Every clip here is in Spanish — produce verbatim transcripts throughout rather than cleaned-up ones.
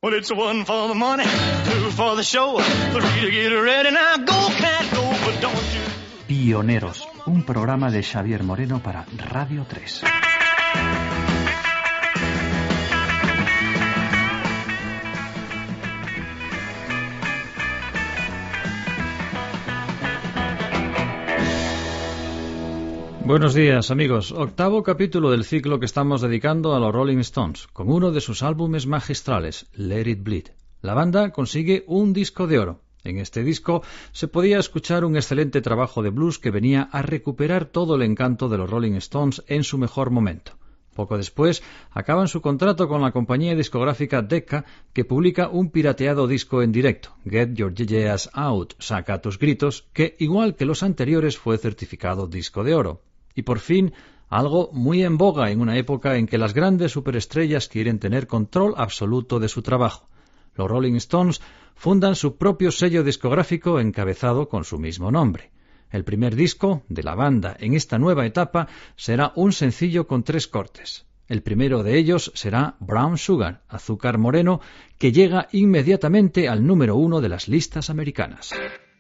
Well, it's one for the money, two for the show, three to get ready. Now go, cat, go, but don't you... Pioneros, un programa de Xavier Moreno para Radio tres. Buenos días, amigos. Octavo capítulo del ciclo que estamos dedicando a los Rolling Stones, con uno de sus álbumes magistrales, Let It Bleed. La banda consigue un disco de oro. En este disco se podía escuchar un excelente trabajo de blues que venía a recuperar todo el encanto de los Rolling Stones en su mejor momento. Poco después, acaban su contrato con la compañía discográfica Decca, que publica un pirateado disco en directo, Get Your Jazz Out, Saca tus gritos, que, igual que los anteriores, fue certificado disco de oro. Y por fin, algo muy en boga en una época en que las grandes superestrellas quieren tener control absoluto de su trabajo. Los Rolling Stones fundan su propio sello discográfico encabezado con su mismo nombre. El primer disco de la banda en esta nueva etapa será un sencillo con tres cortes. El primero de ellos será Brown Sugar, Azúcar Moreno, que llega inmediatamente al número uno de las listas americanas.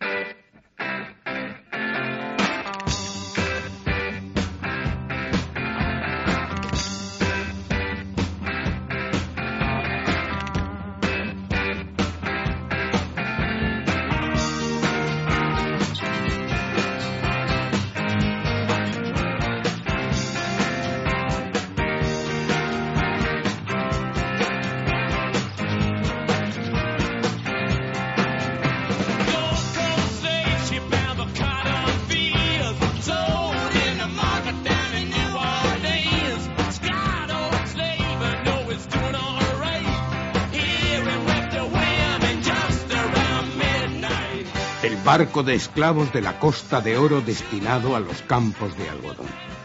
Barco de esclavos de la Costa de Oro destinado a los campos de algodón.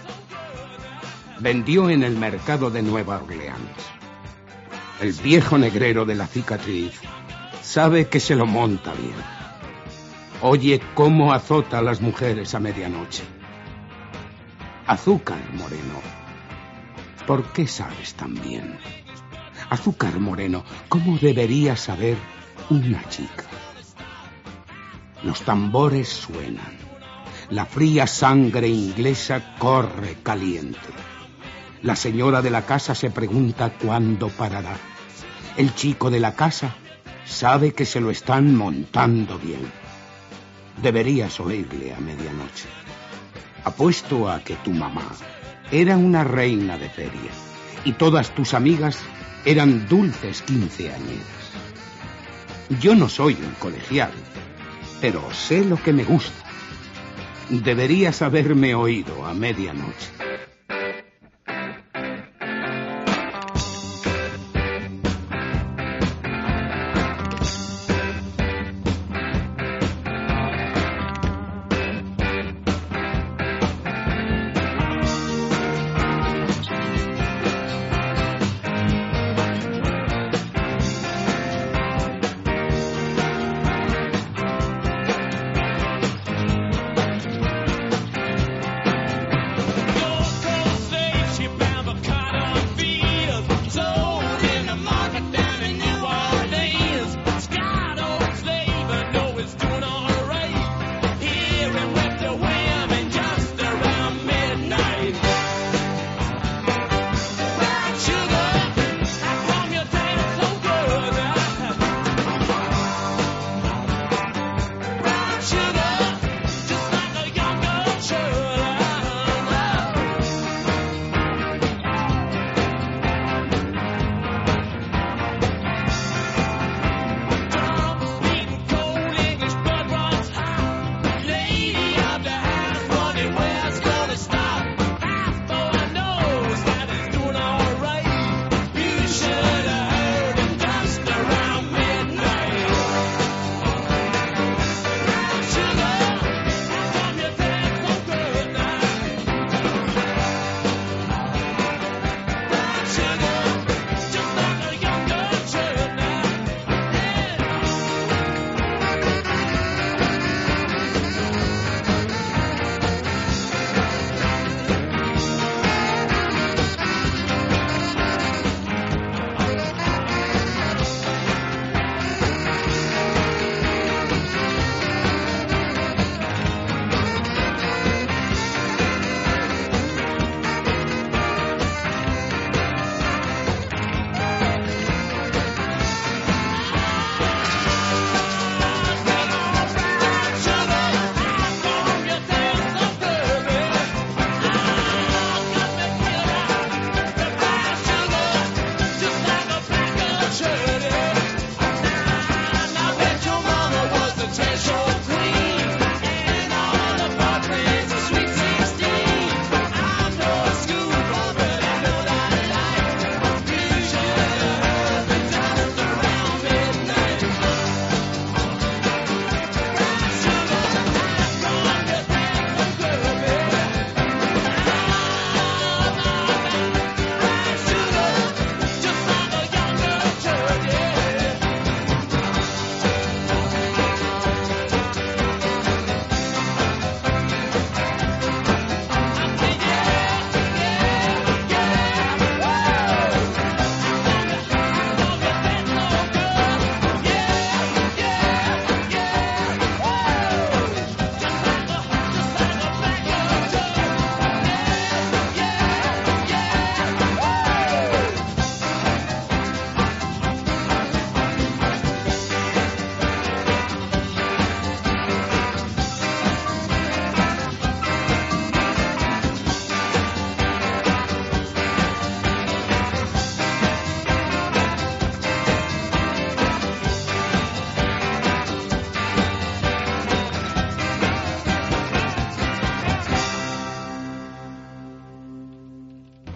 Vendió en el mercado de Nueva Orleans. El viejo negrero de la cicatriz sabe que se lo monta bien. Oye cómo azota a las mujeres a medianoche. Azúcar Moreno, ¿por qué sabes tan bien? Azúcar Moreno, ¿cómo debería saber una chica? Los tambores suenan. La fría sangre inglesa corre caliente. La señora de la casa se pregunta cuándo parará. El chico de la casa sabe que se lo están montando bien. Deberías oírle a medianoche. Apuesto a que tu mamá era una reina de feria y todas tus amigas eran dulces quinceañeras. Yo no soy un colegial, pero sé lo que me gusta. Deberías haberme oído a medianoche.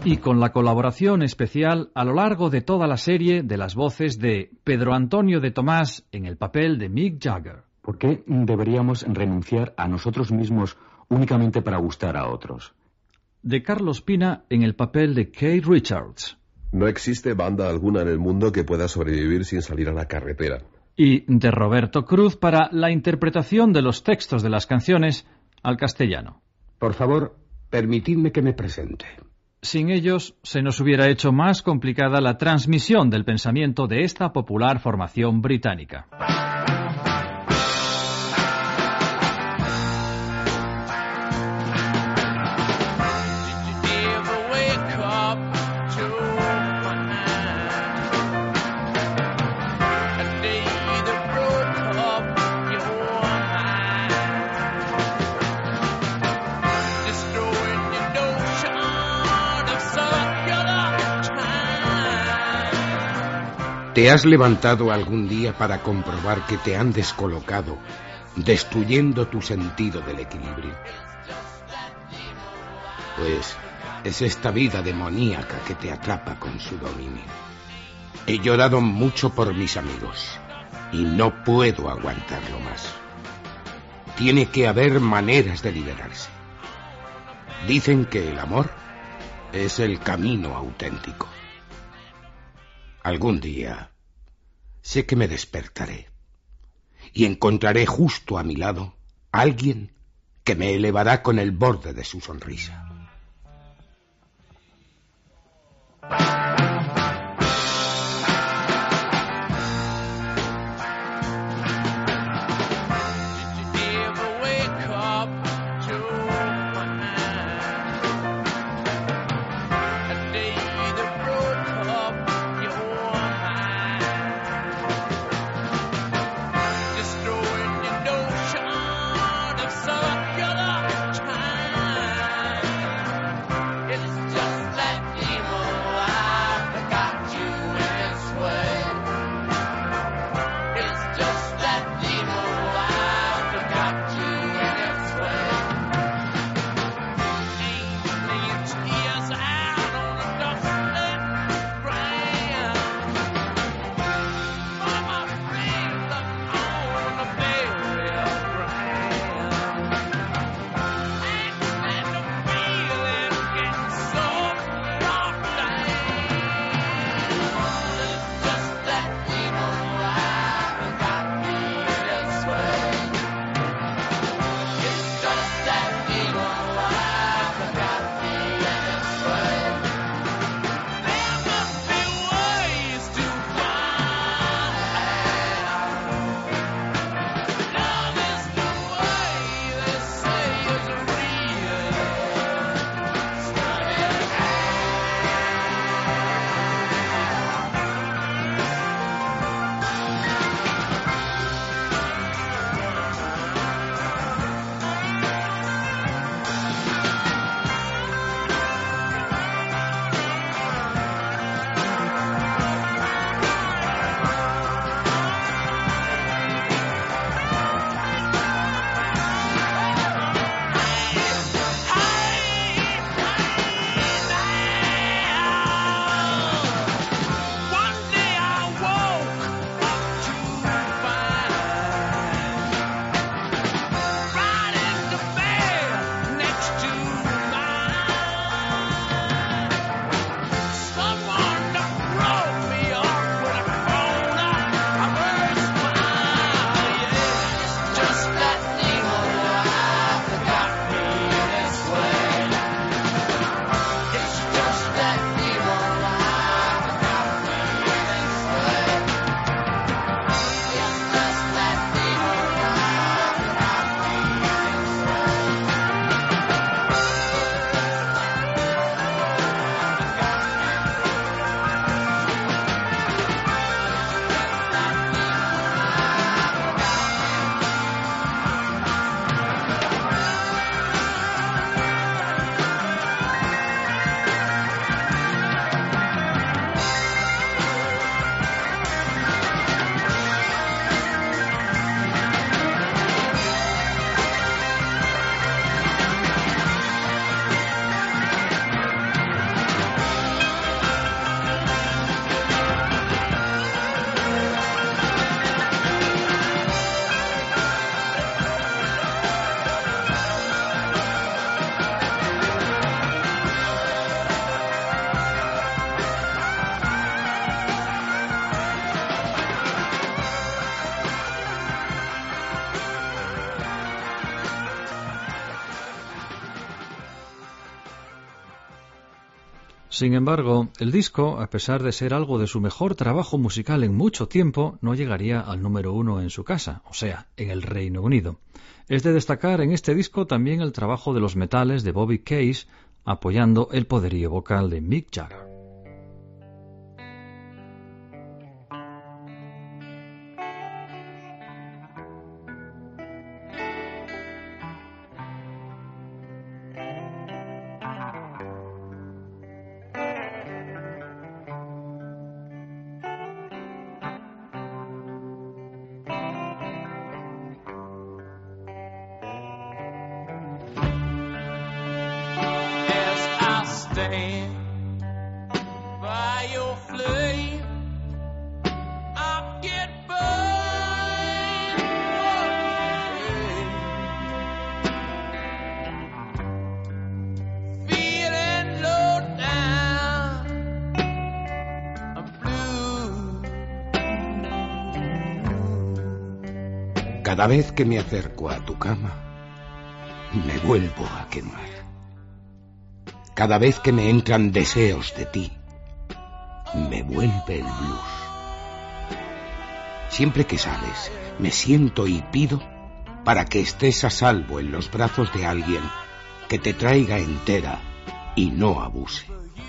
y con la colaboración especial a lo largo de toda la serie de las voces de Pedro Antonio de Tomás en el papel de Mick Jagger. ¿Por qué deberíamos renunciar a nosotros mismos únicamente para gustar a otros? De Carlos Pina en el papel de Keith Richards. No existe banda alguna en el mundo que pueda sobrevivir sin salir a la carretera. Y de Roberto Cruz para la interpretación de los textos de las canciones al castellano. Por favor, permitidme que me presente. Sin ellos, se nos hubiera hecho más complicada la transmisión del pensamiento de esta popular formación británica. ¿Te has levantado algún día para comprobar que te han descolocado, destruyendo tu sentido del equilibrio? Pues es esta vida demoníaca que te atrapa con su dominio. He llorado mucho por mis amigos y no puedo aguantarlo más. Tiene que haber maneras de liberarse. Dicen que el amor es el camino auténtico. Algún día sé que me despertaré y encontraré justo a mi lado a alguien que me elevará con el borde de su sonrisa. It's just like evil. Sin embargo, el disco, a pesar de ser algo de su mejor trabajo musical en mucho tiempo, no llegaría al número uno en su casa, o sea, en el Reino Unido. Es de destacar en este disco también el trabajo de los metales de Bobby Case, apoyando el poderío vocal de Mick Jagger. Cada vez que me acerco a tu cama, me vuelvo a quemar. Cada vez que me entran deseos de ti, me vuelve el blues. Siempre que sales, me siento y pido para que estés a salvo en los brazos de alguien que te traiga entera y no abuse.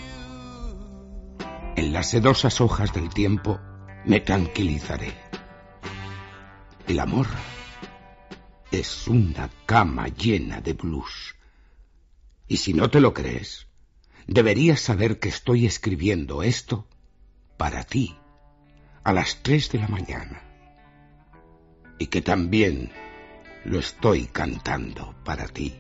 En las sedosas hojas del tiempo me tranquilizaré. El amor es una cama llena de blues. Y si no te lo crees, deberías saber que estoy escribiendo esto para ti a las tres de la mañana. Y que también lo estoy cantando para ti.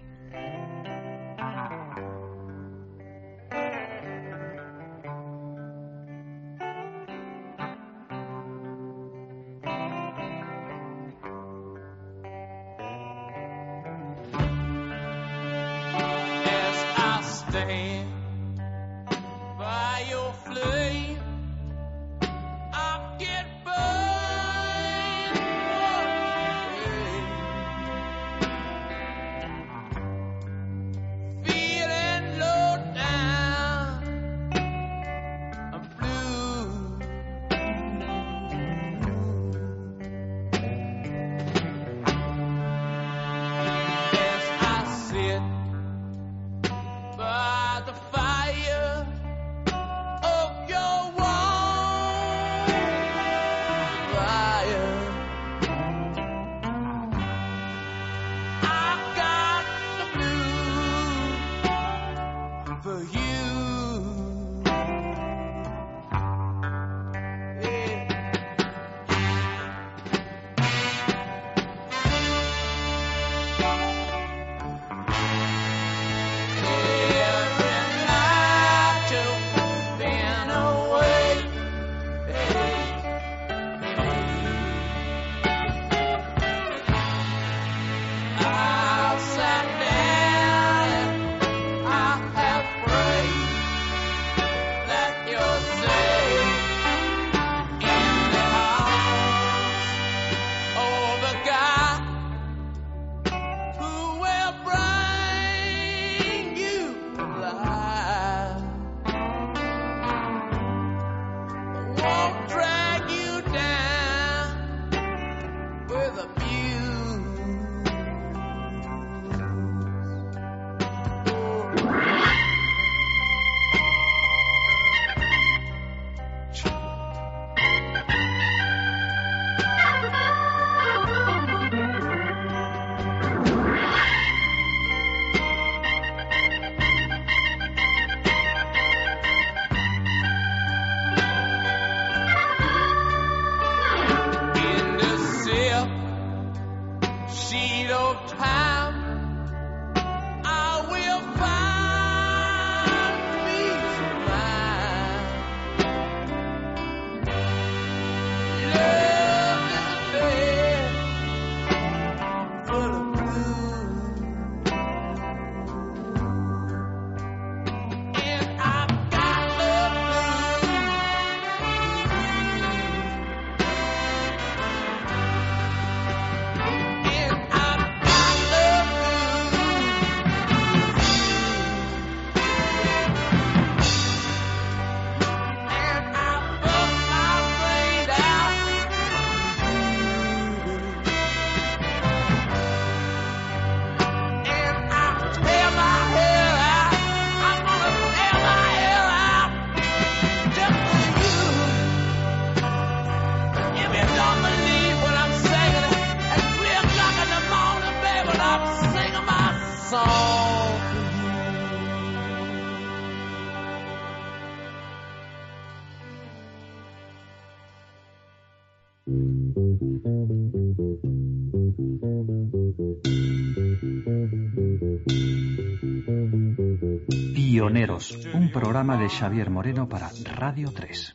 Pioneros, un programa de Xavier Moreno para Radio tres.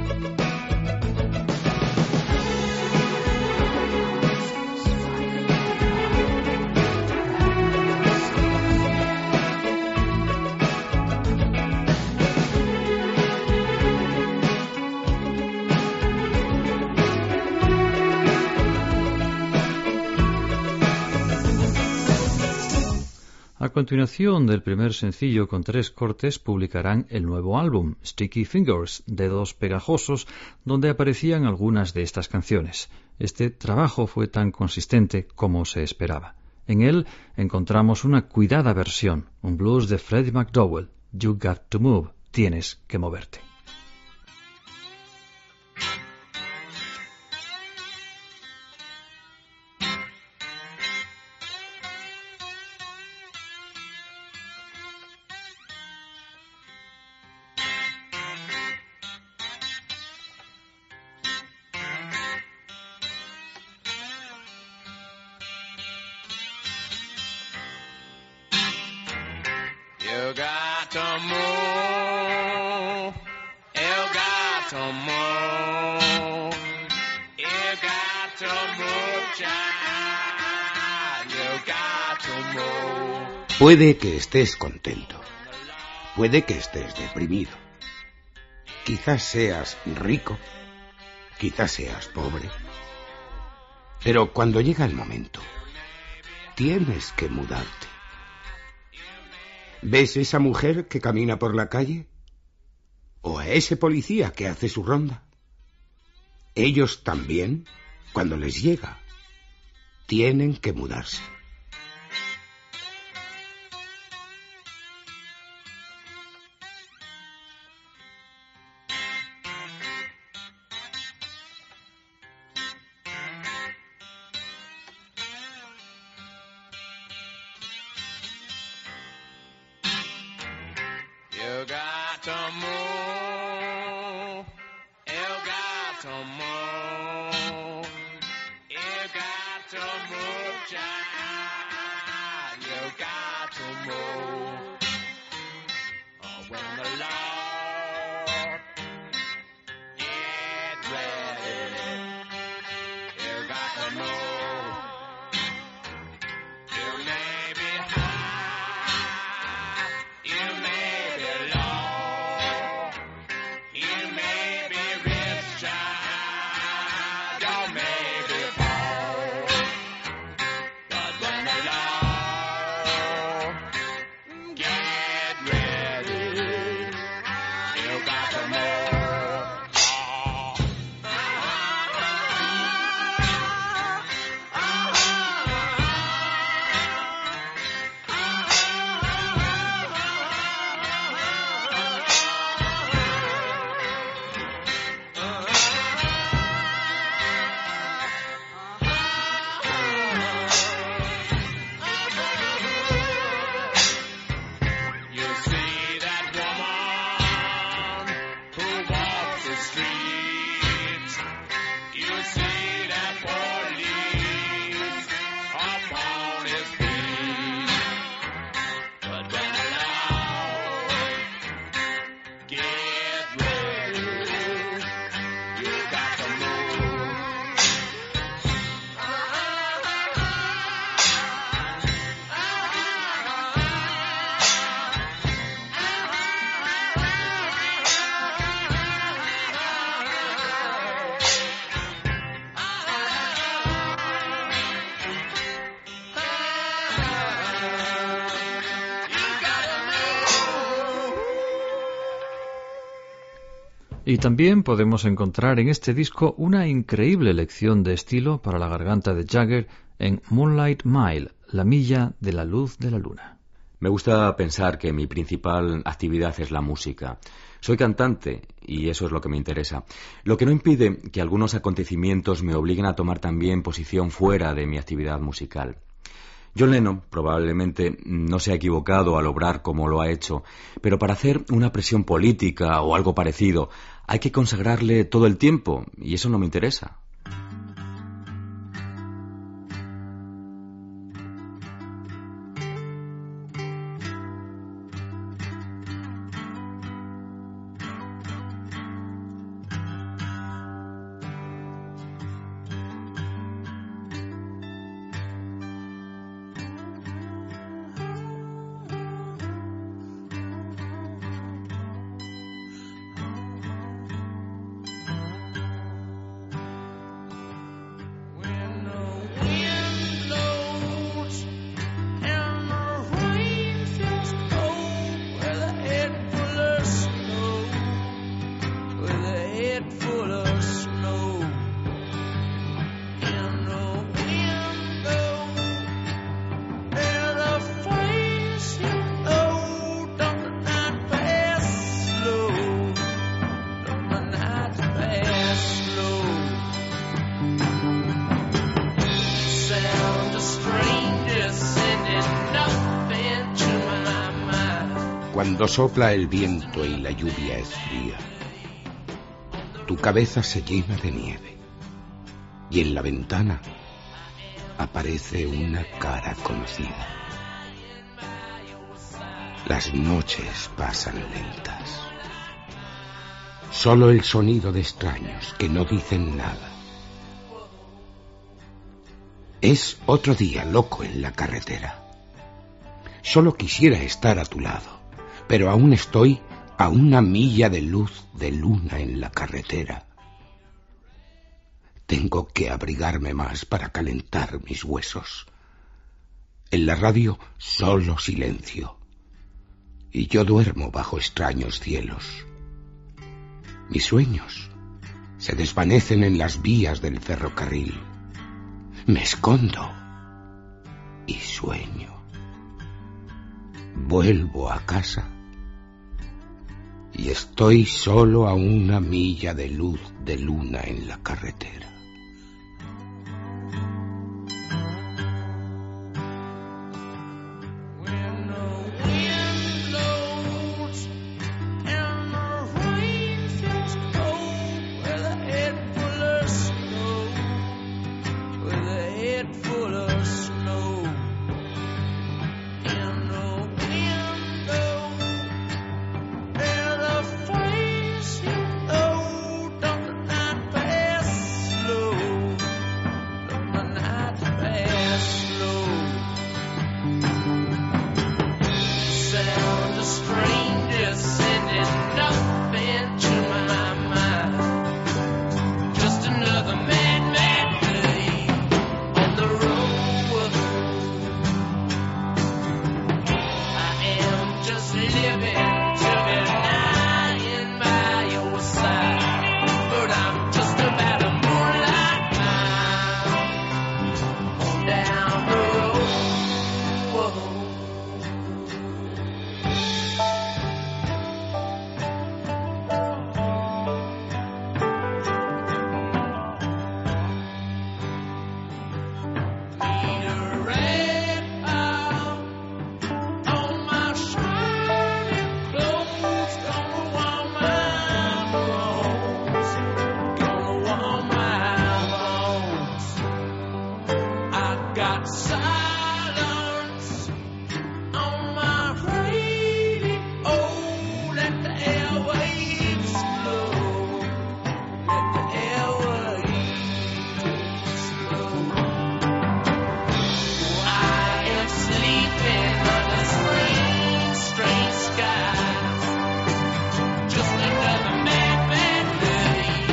A continuación del primer sencillo con tres cortes publicarán el nuevo álbum, Sticky Fingers, Dedos Pegajosos, donde aparecían algunas de estas canciones. Este trabajo fue tan consistente como se esperaba. En él encontramos una cuidada versión, un blues de Freddie McDowell, You Got to Move, Tienes que moverte. You got to move. You got to move. You got to move, child. You got to move. Puede que estés contento. Puede que estés deprimido. Quizás seas rico. Quizás seas pobre. Pero cuando llega el momento, tienes que mudarte. ¿Ves esa mujer que camina por la calle? ¿O a ese policía que hace su ronda? Ellos también, cuando les llega, tienen que mudarse. You got to move. You got to move. You got to move, child. You got to move. Oh, when the Lord gets ready, you got to move. You may be high. You may be low. You may be rich, child. You may be poor. But when the Lord get ready, you got to move. You see that woman who walks the streets. You see that police upon his feet. But when the Lord get ready, you got to move. Y también podemos encontrar en este disco una increíble lección de estilo para la garganta de Jagger en Moonlight Mile, la milla de la luz de la luna. Me gusta pensar que mi principal actividad es la música. Soy cantante y eso es lo que me interesa. Lo que no impide que algunos acontecimientos me obliguen a tomar también posición fuera de mi actividad musical. John Lennon probablemente no se ha equivocado al obrar como lo ha hecho, pero para hacer una presión política o algo parecido hay que consagrarle todo el tiempo y eso no me interesa. cuando sopla el viento y la lluvia es fría. Tu cabeza se llena de nieve y en la ventana aparece una cara conocida. Las noches pasan lentas. Solo el sonido de extraños que no dicen nada. Es otro día loco en la carretera. Solo quisiera estar a tu lado, pero aún estoy a una milla de luz de luna en la carretera. Tengo que abrigarme más para calentar mis huesos. En la radio solo silencio. Y yo duermo bajo extraños cielos. Mis sueños se desvanecen en las vías del ferrocarril. Me escondo y sueño. Vuelvo a casa y estoy solo a una milla de luz de luna en la carretera.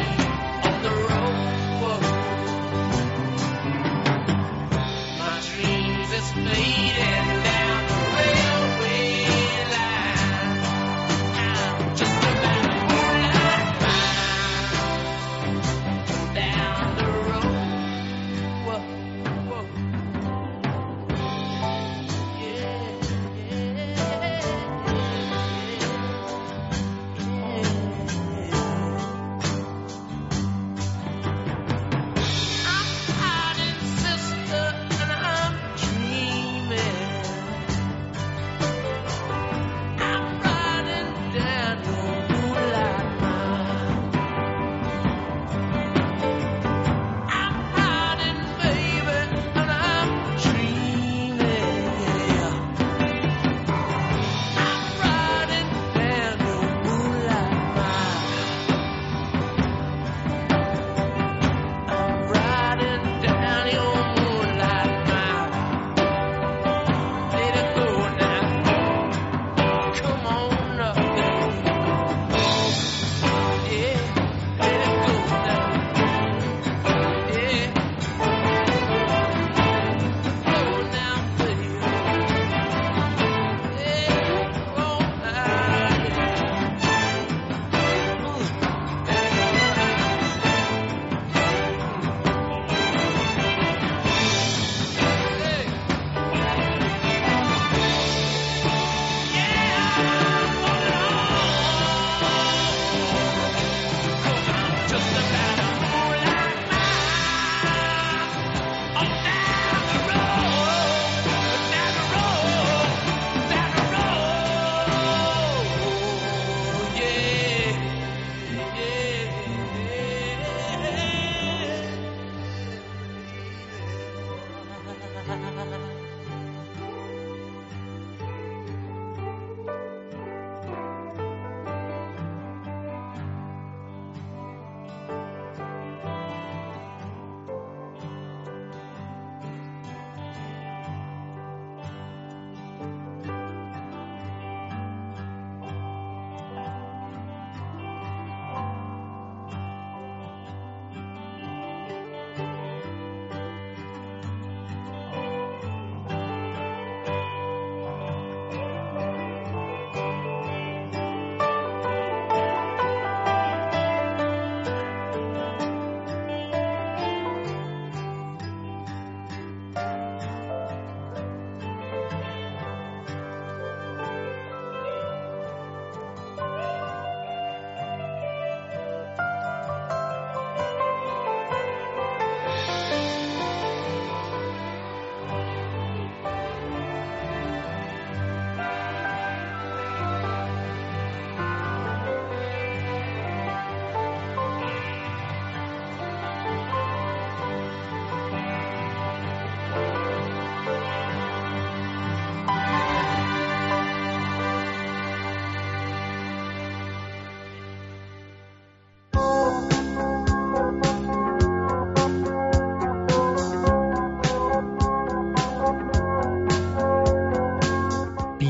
My dream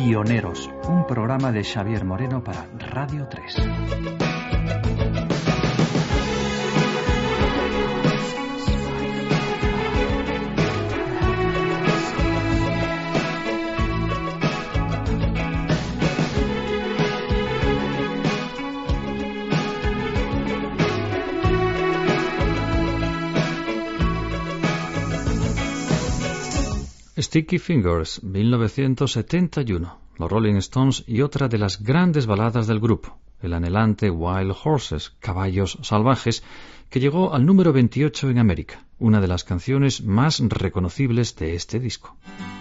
Pioneros, un programa de Xavier Moreno para Radio tres. Sticky Fingers, mil novecientos setenta y uno, los Rolling Stones y otra de las grandes baladas del grupo, el anhelante Wild Horses, Caballos Salvajes, que llegó al número veintiocho en América, una de las canciones más reconocibles de este disco.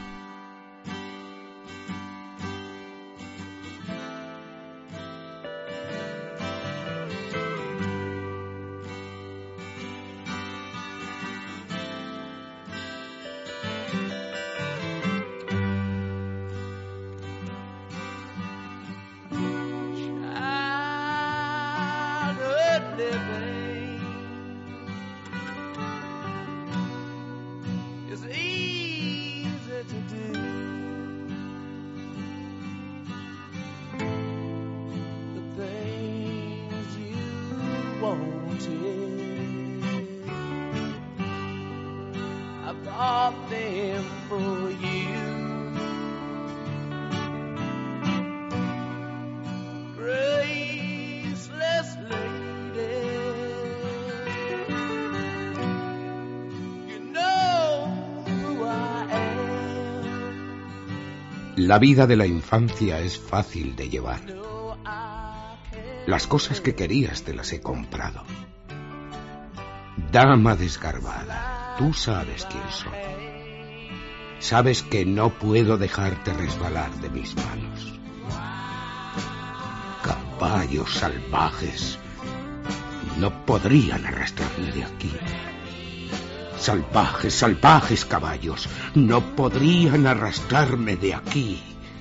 La vida de la infancia es fácil de llevar. Las cosas que querías te las he comprado. Dama desgarbada, tú sabes quién soy. Sabes que no puedo dejarte resbalar de mis manos. Caballos salvajes no podrían arrastrarme de aquí. Salvajes, salvajes caballos, no podrían arrastrarme de aquí.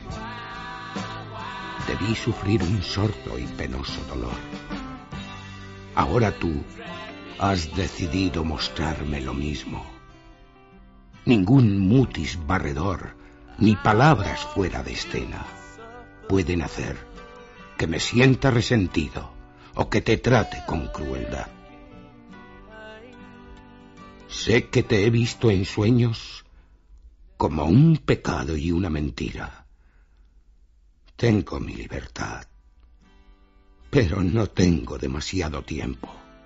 Debí sufrir un sordo y penoso dolor. Ahora tú has decidido mostrarme lo mismo. Ningún mutis barredor, ni palabras fuera de escena, pueden hacer que me sienta resentido o que te trate con crueldad. Sé que te he visto en sueños como un pecado y una mentira. Tengo mi libertad, pero no tengo demasiado tiempo.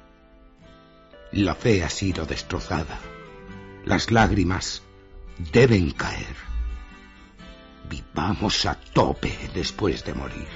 La fe ha sido destrozada. Las lágrimas deben caer. Vivamos a tope después de morir.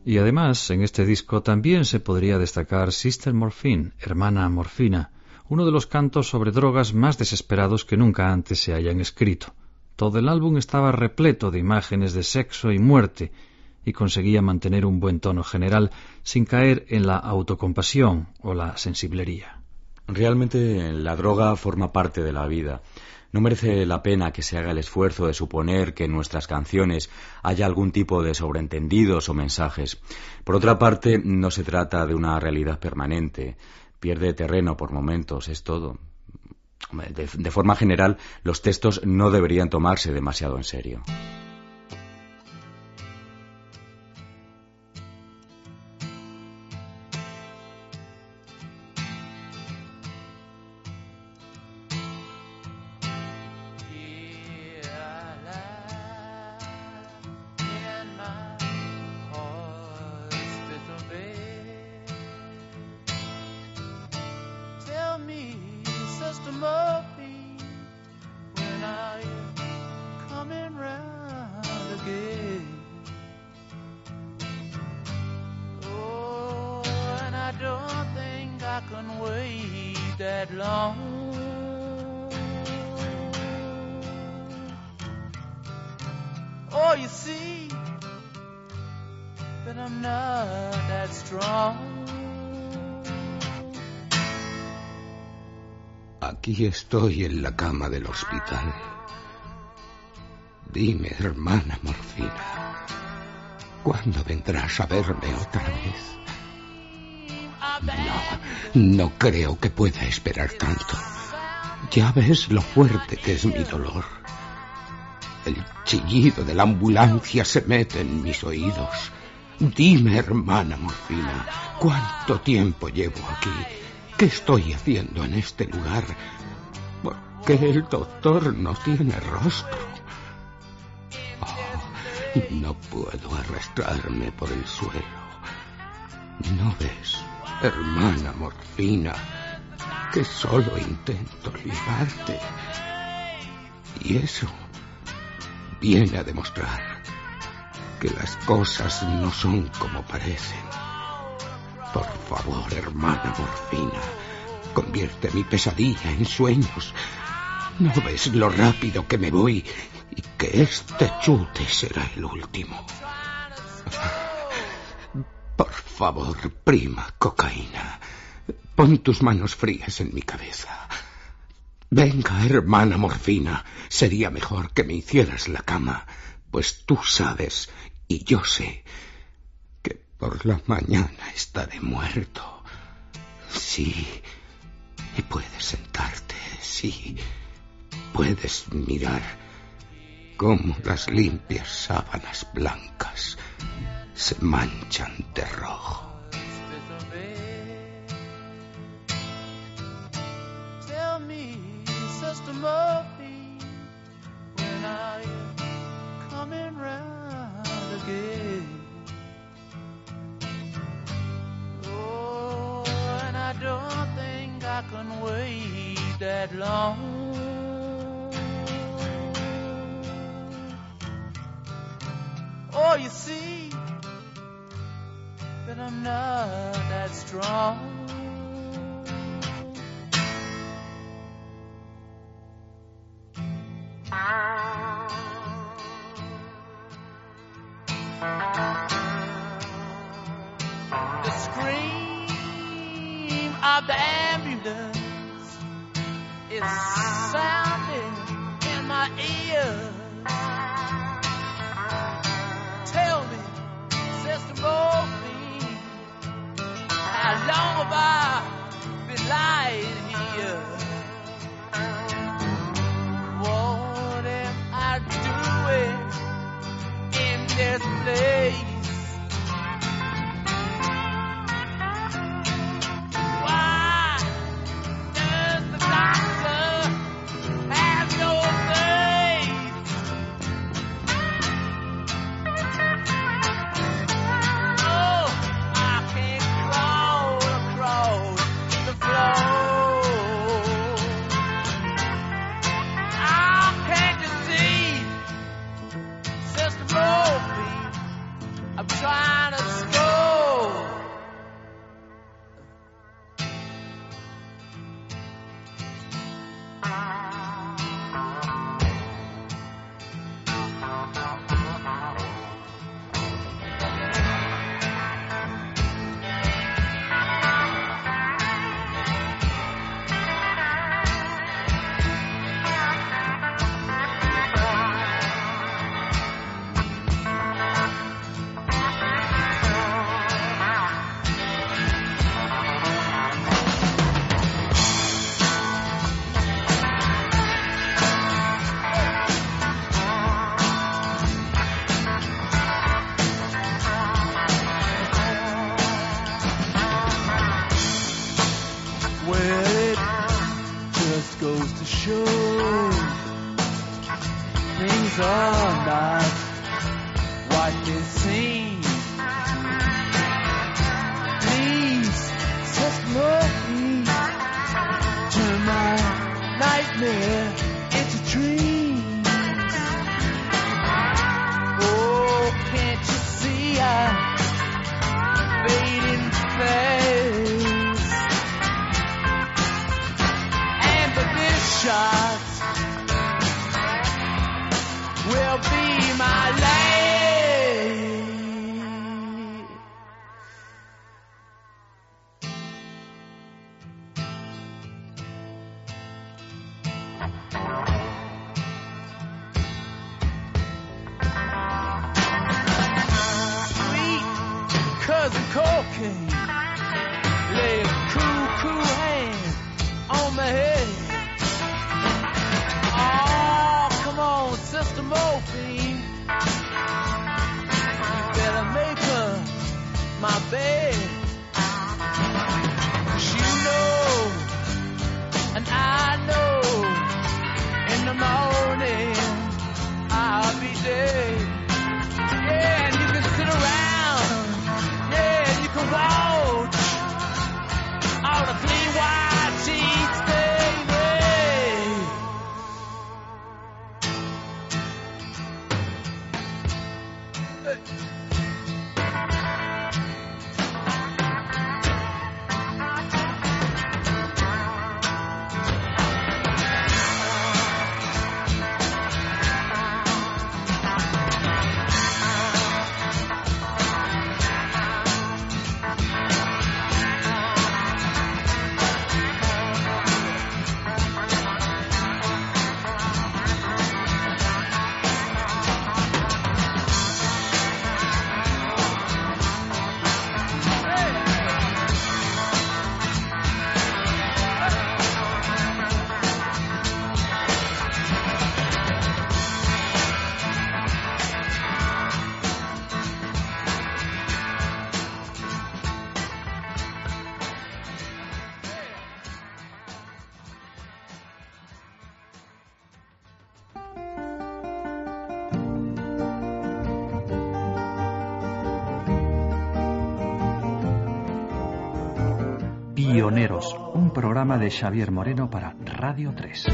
Y además, en este disco también se podría destacar Sister Morphine, Hermana Morfina, uno de los cantos sobre drogas más desesperados que nunca antes se hayan escrito. Todo el álbum estaba repleto de imágenes de sexo y muerte, y conseguía mantener un buen tono general sin caer en la autocompasión o la sensiblería. Realmente la droga forma parte de la vida. No merece la pena que se haga el esfuerzo de suponer que en nuestras canciones haya algún tipo de sobreentendidos o mensajes. Por otra parte, no se trata de una realidad permanente. Pierde terreno por momentos, es todo. De, de forma general, los textos no deberían tomarse demasiado en serio. Oh, you see that I'm not that strong. Aquí estoy en la cama del hospital. Dime, hermana Morfina, ¿cuándo vendrás a verme otra vez? No, no creo que pueda esperar tanto. Ya ves lo fuerte que es mi dolor. El chillido de la ambulancia se mete en mis oídos. Dime, hermana Morfina, ¿cuánto tiempo llevo aquí? ¿Qué estoy haciendo en este lugar? ¿Por qué el doctor no tiene rostro? Oh, no puedo arrastrarme por el suelo. ¿No ves, hermana Morfina, que solo intento libarte? Y eso viene a demostrar que las cosas no son como parecen. Por favor, hermana Morfina, convierte mi pesadilla en sueños. ¿No ves lo rápido que me voy y que este chute será el último? Por favor, prima cocaína, pon tus manos frías en mi cabeza. Venga, hermana Morfina, sería mejor que me hicieras la cama, pues tú sabes, y yo sé, que por la mañana estaré muerto. Sí, y puedes sentarte, sí, puedes mirar cómo las limpias sábanas blancas se manchan de rojo. Morphine, when are you coming round again? Oh, and I don't think I can wait that long. Oh, you see that I'm not that strong. The scream of the ambulance is sounding in my ear. Tell me, Sister Morphine, how long have I been lying here? What am I doing in this place? Why does the doctor have no faith? Oh, I can't crawl across the floor. Oh, can't you see, Sister Morphine, I'm trying to score. drugs and cocaine. Lay a cool, cool hand on my head. Oh, come on, Sister Morphine. You better make her my bed. 'Cause you know, and I know, in the morning I'll be dead. Yeah, and you can sit around. Yeah, and you can watch all the clean white sheets, baby. Hey. Pioneros, un programa de Xavier Moreno para Radio tres.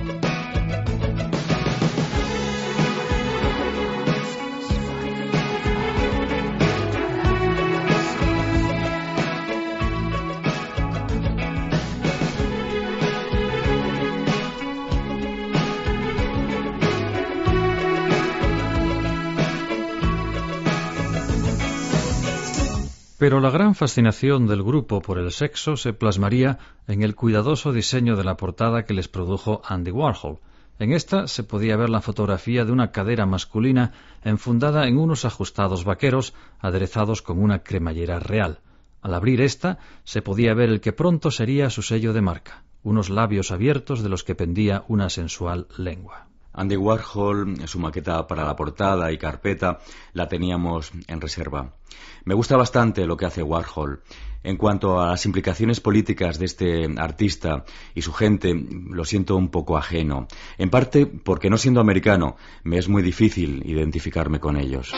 Pero la gran fascinación del grupo por el sexo se plasmaría en el cuidadoso diseño de la portada que les produjo Andy Warhol. En esta se podía ver la fotografía de una cadera masculina enfundada en unos ajustados vaqueros aderezados con una cremallera real. Al abrir esta se podía ver el que pronto sería su sello de marca, unos labios abiertos de los que pendía una sensual lengua. Andy Warhol, su maqueta para la portada y carpeta, la teníamos en reserva. Me gusta bastante lo que hace Warhol. En cuanto a las implicaciones políticas de este artista y su gente, lo siento un poco ajeno. En parte porque, no siendo americano, me es muy difícil identificarme con ellos.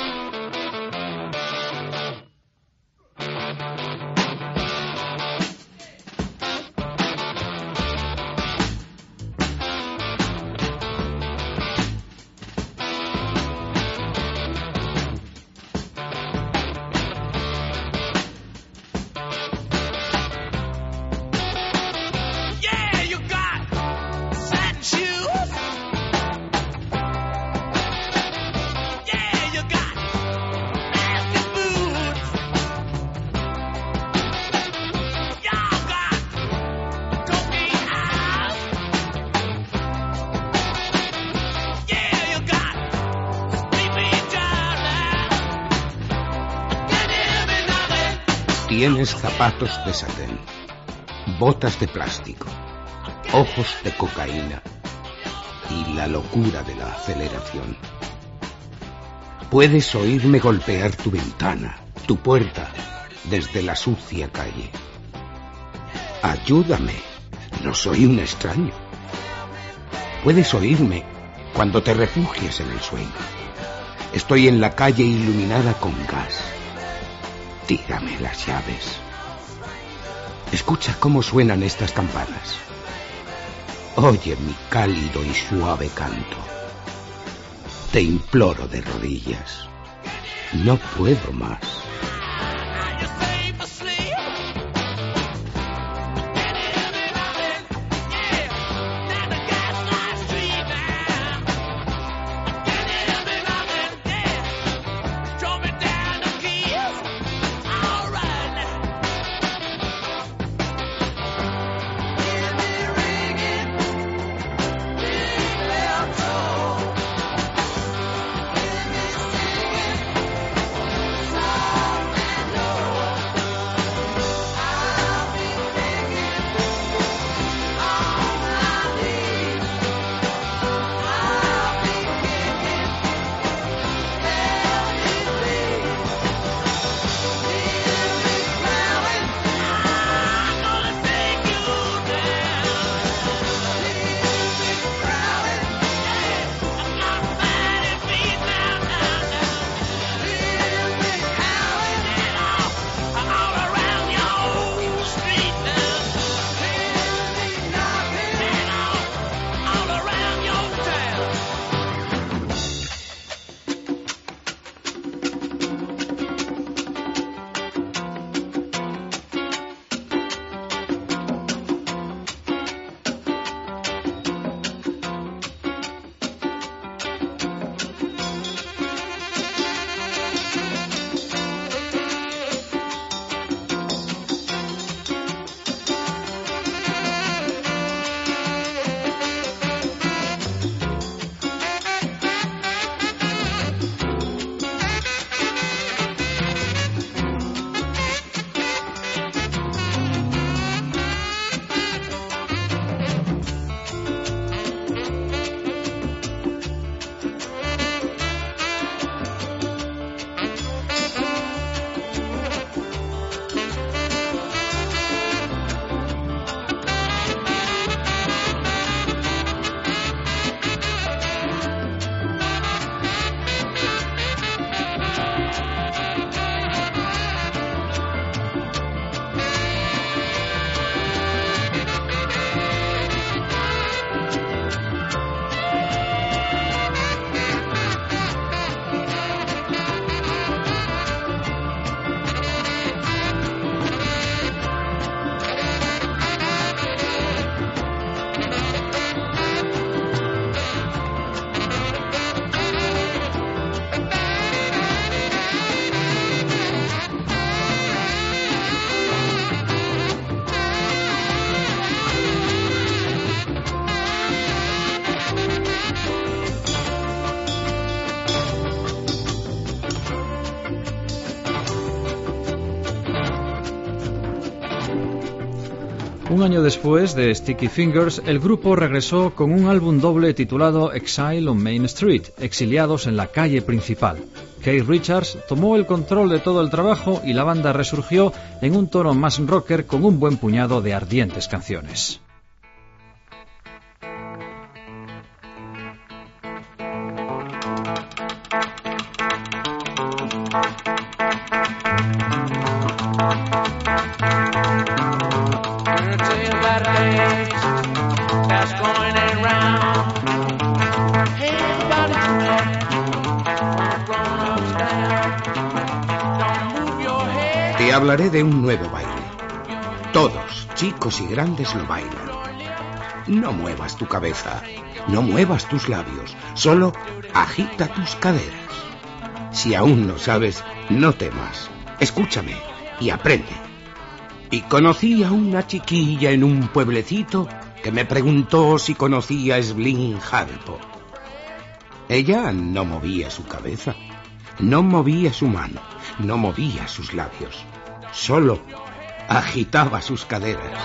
Tienes zapatos de satén, botas de plástico, ojos de cocaína y la locura de la aceleración. Puedes oírme golpear tu ventana, tu puerta, desde la sucia calle. Ayúdame, no soy un extraño. Puedes oírme cuando te refugies en el sueño. Estoy en la calle iluminada con gas. Tírame las llaves. Escucha cómo suenan estas campanas. Oye mi cálido y suave canto. Te imploro de rodillas. No puedo más. Un año después de Sticky Fingers, el grupo regresó con un álbum doble titulado Exile on Main Street, exiliados en la calle principal. Keith Richards tomó el control de todo el trabajo y la banda resurgió en un tono más rocker con un buen puñado de ardientes canciones. Te hablaré de un nuevo baile. Todos, chicos y grandes, lo bailan. No muevas tu cabeza, no muevas tus labios, solo agita tus caderas. Si aún no sabes, no temas. Escúchame y aprende. Y conocí a una chiquilla en un pueblecito que me preguntó si conocía a Sblin Harpo. Ella no movía su cabeza, no movía su mano, no movía sus labios. Solo agitaba sus caderas.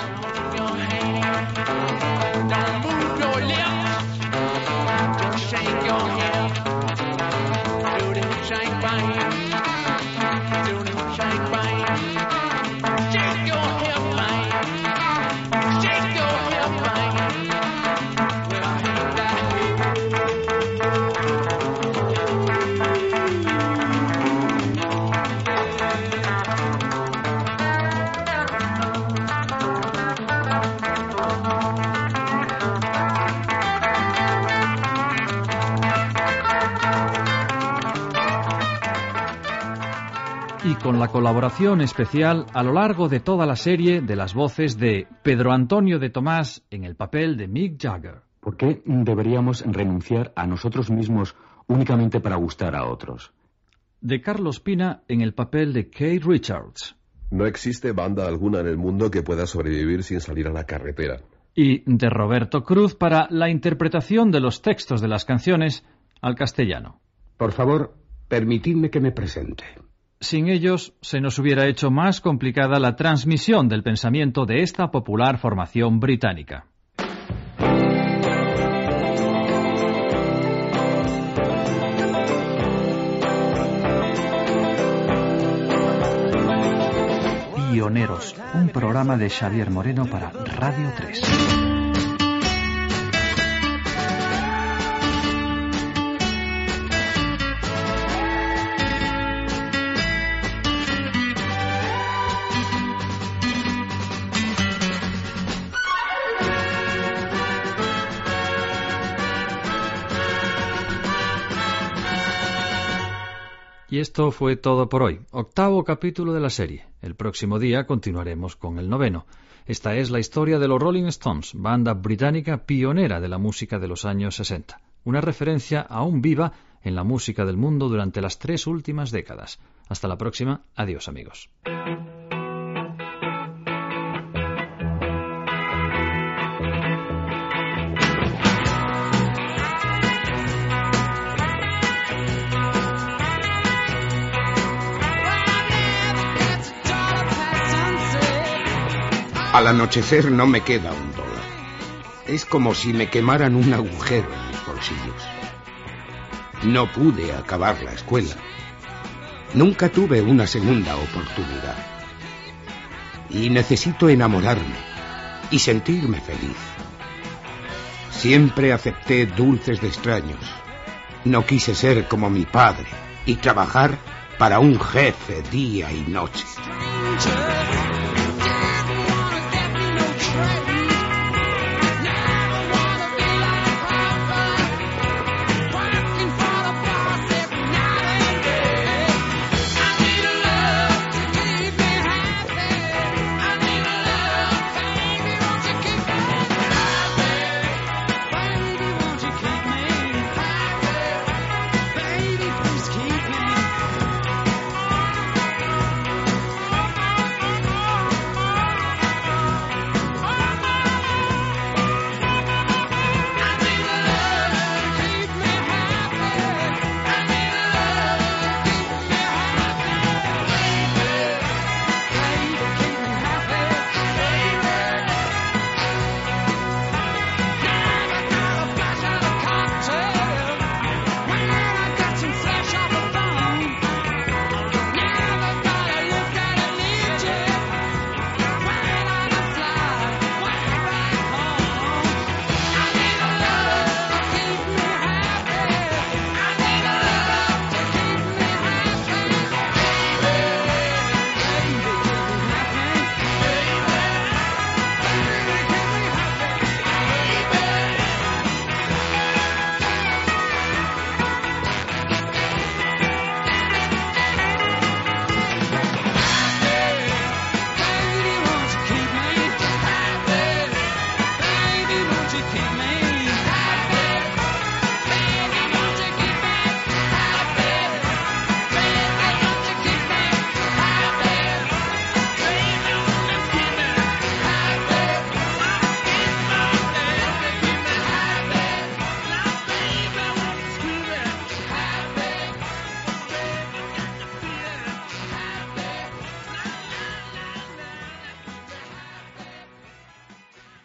Y con la colaboración especial a lo largo de toda la serie de las voces de Pedro Antonio de Tomás en el papel de Mick Jagger. ¿Por qué deberíamos renunciar a nosotros mismos únicamente para gustar a otros? De Carlos Pina en el papel de Keith Richards. No existe banda alguna en el mundo que pueda sobrevivir sin salir a la carretera. Y de Roberto Cruz para la interpretación de los textos de las canciones al castellano. Por favor, permitidme que me presente. Sin ellos, se nos hubiera hecho más complicada la transmisión del pensamiento de esta popular formación británica. Pioneros, un programa de Xavier Moreno para Radio tres. Y esto fue todo por hoy. Octavo capítulo de la serie. El próximo día continuaremos con el noveno. Esta es la historia de los Rolling Stones, banda británica pionera de la música de los años sesenta. Una referencia aún viva en la música del mundo durante las tres últimas décadas. Hasta la próxima. Adiós, amigos. Al anochecer no me queda un dólar. Es como si me quemaran un agujero en mis bolsillos. No pude acabar la escuela. Nunca tuve una segunda oportunidad. Y necesito enamorarme y sentirme feliz. Siempre acepté dulces de extraños. No quise ser como mi padre y trabajar para un jefe día y noche.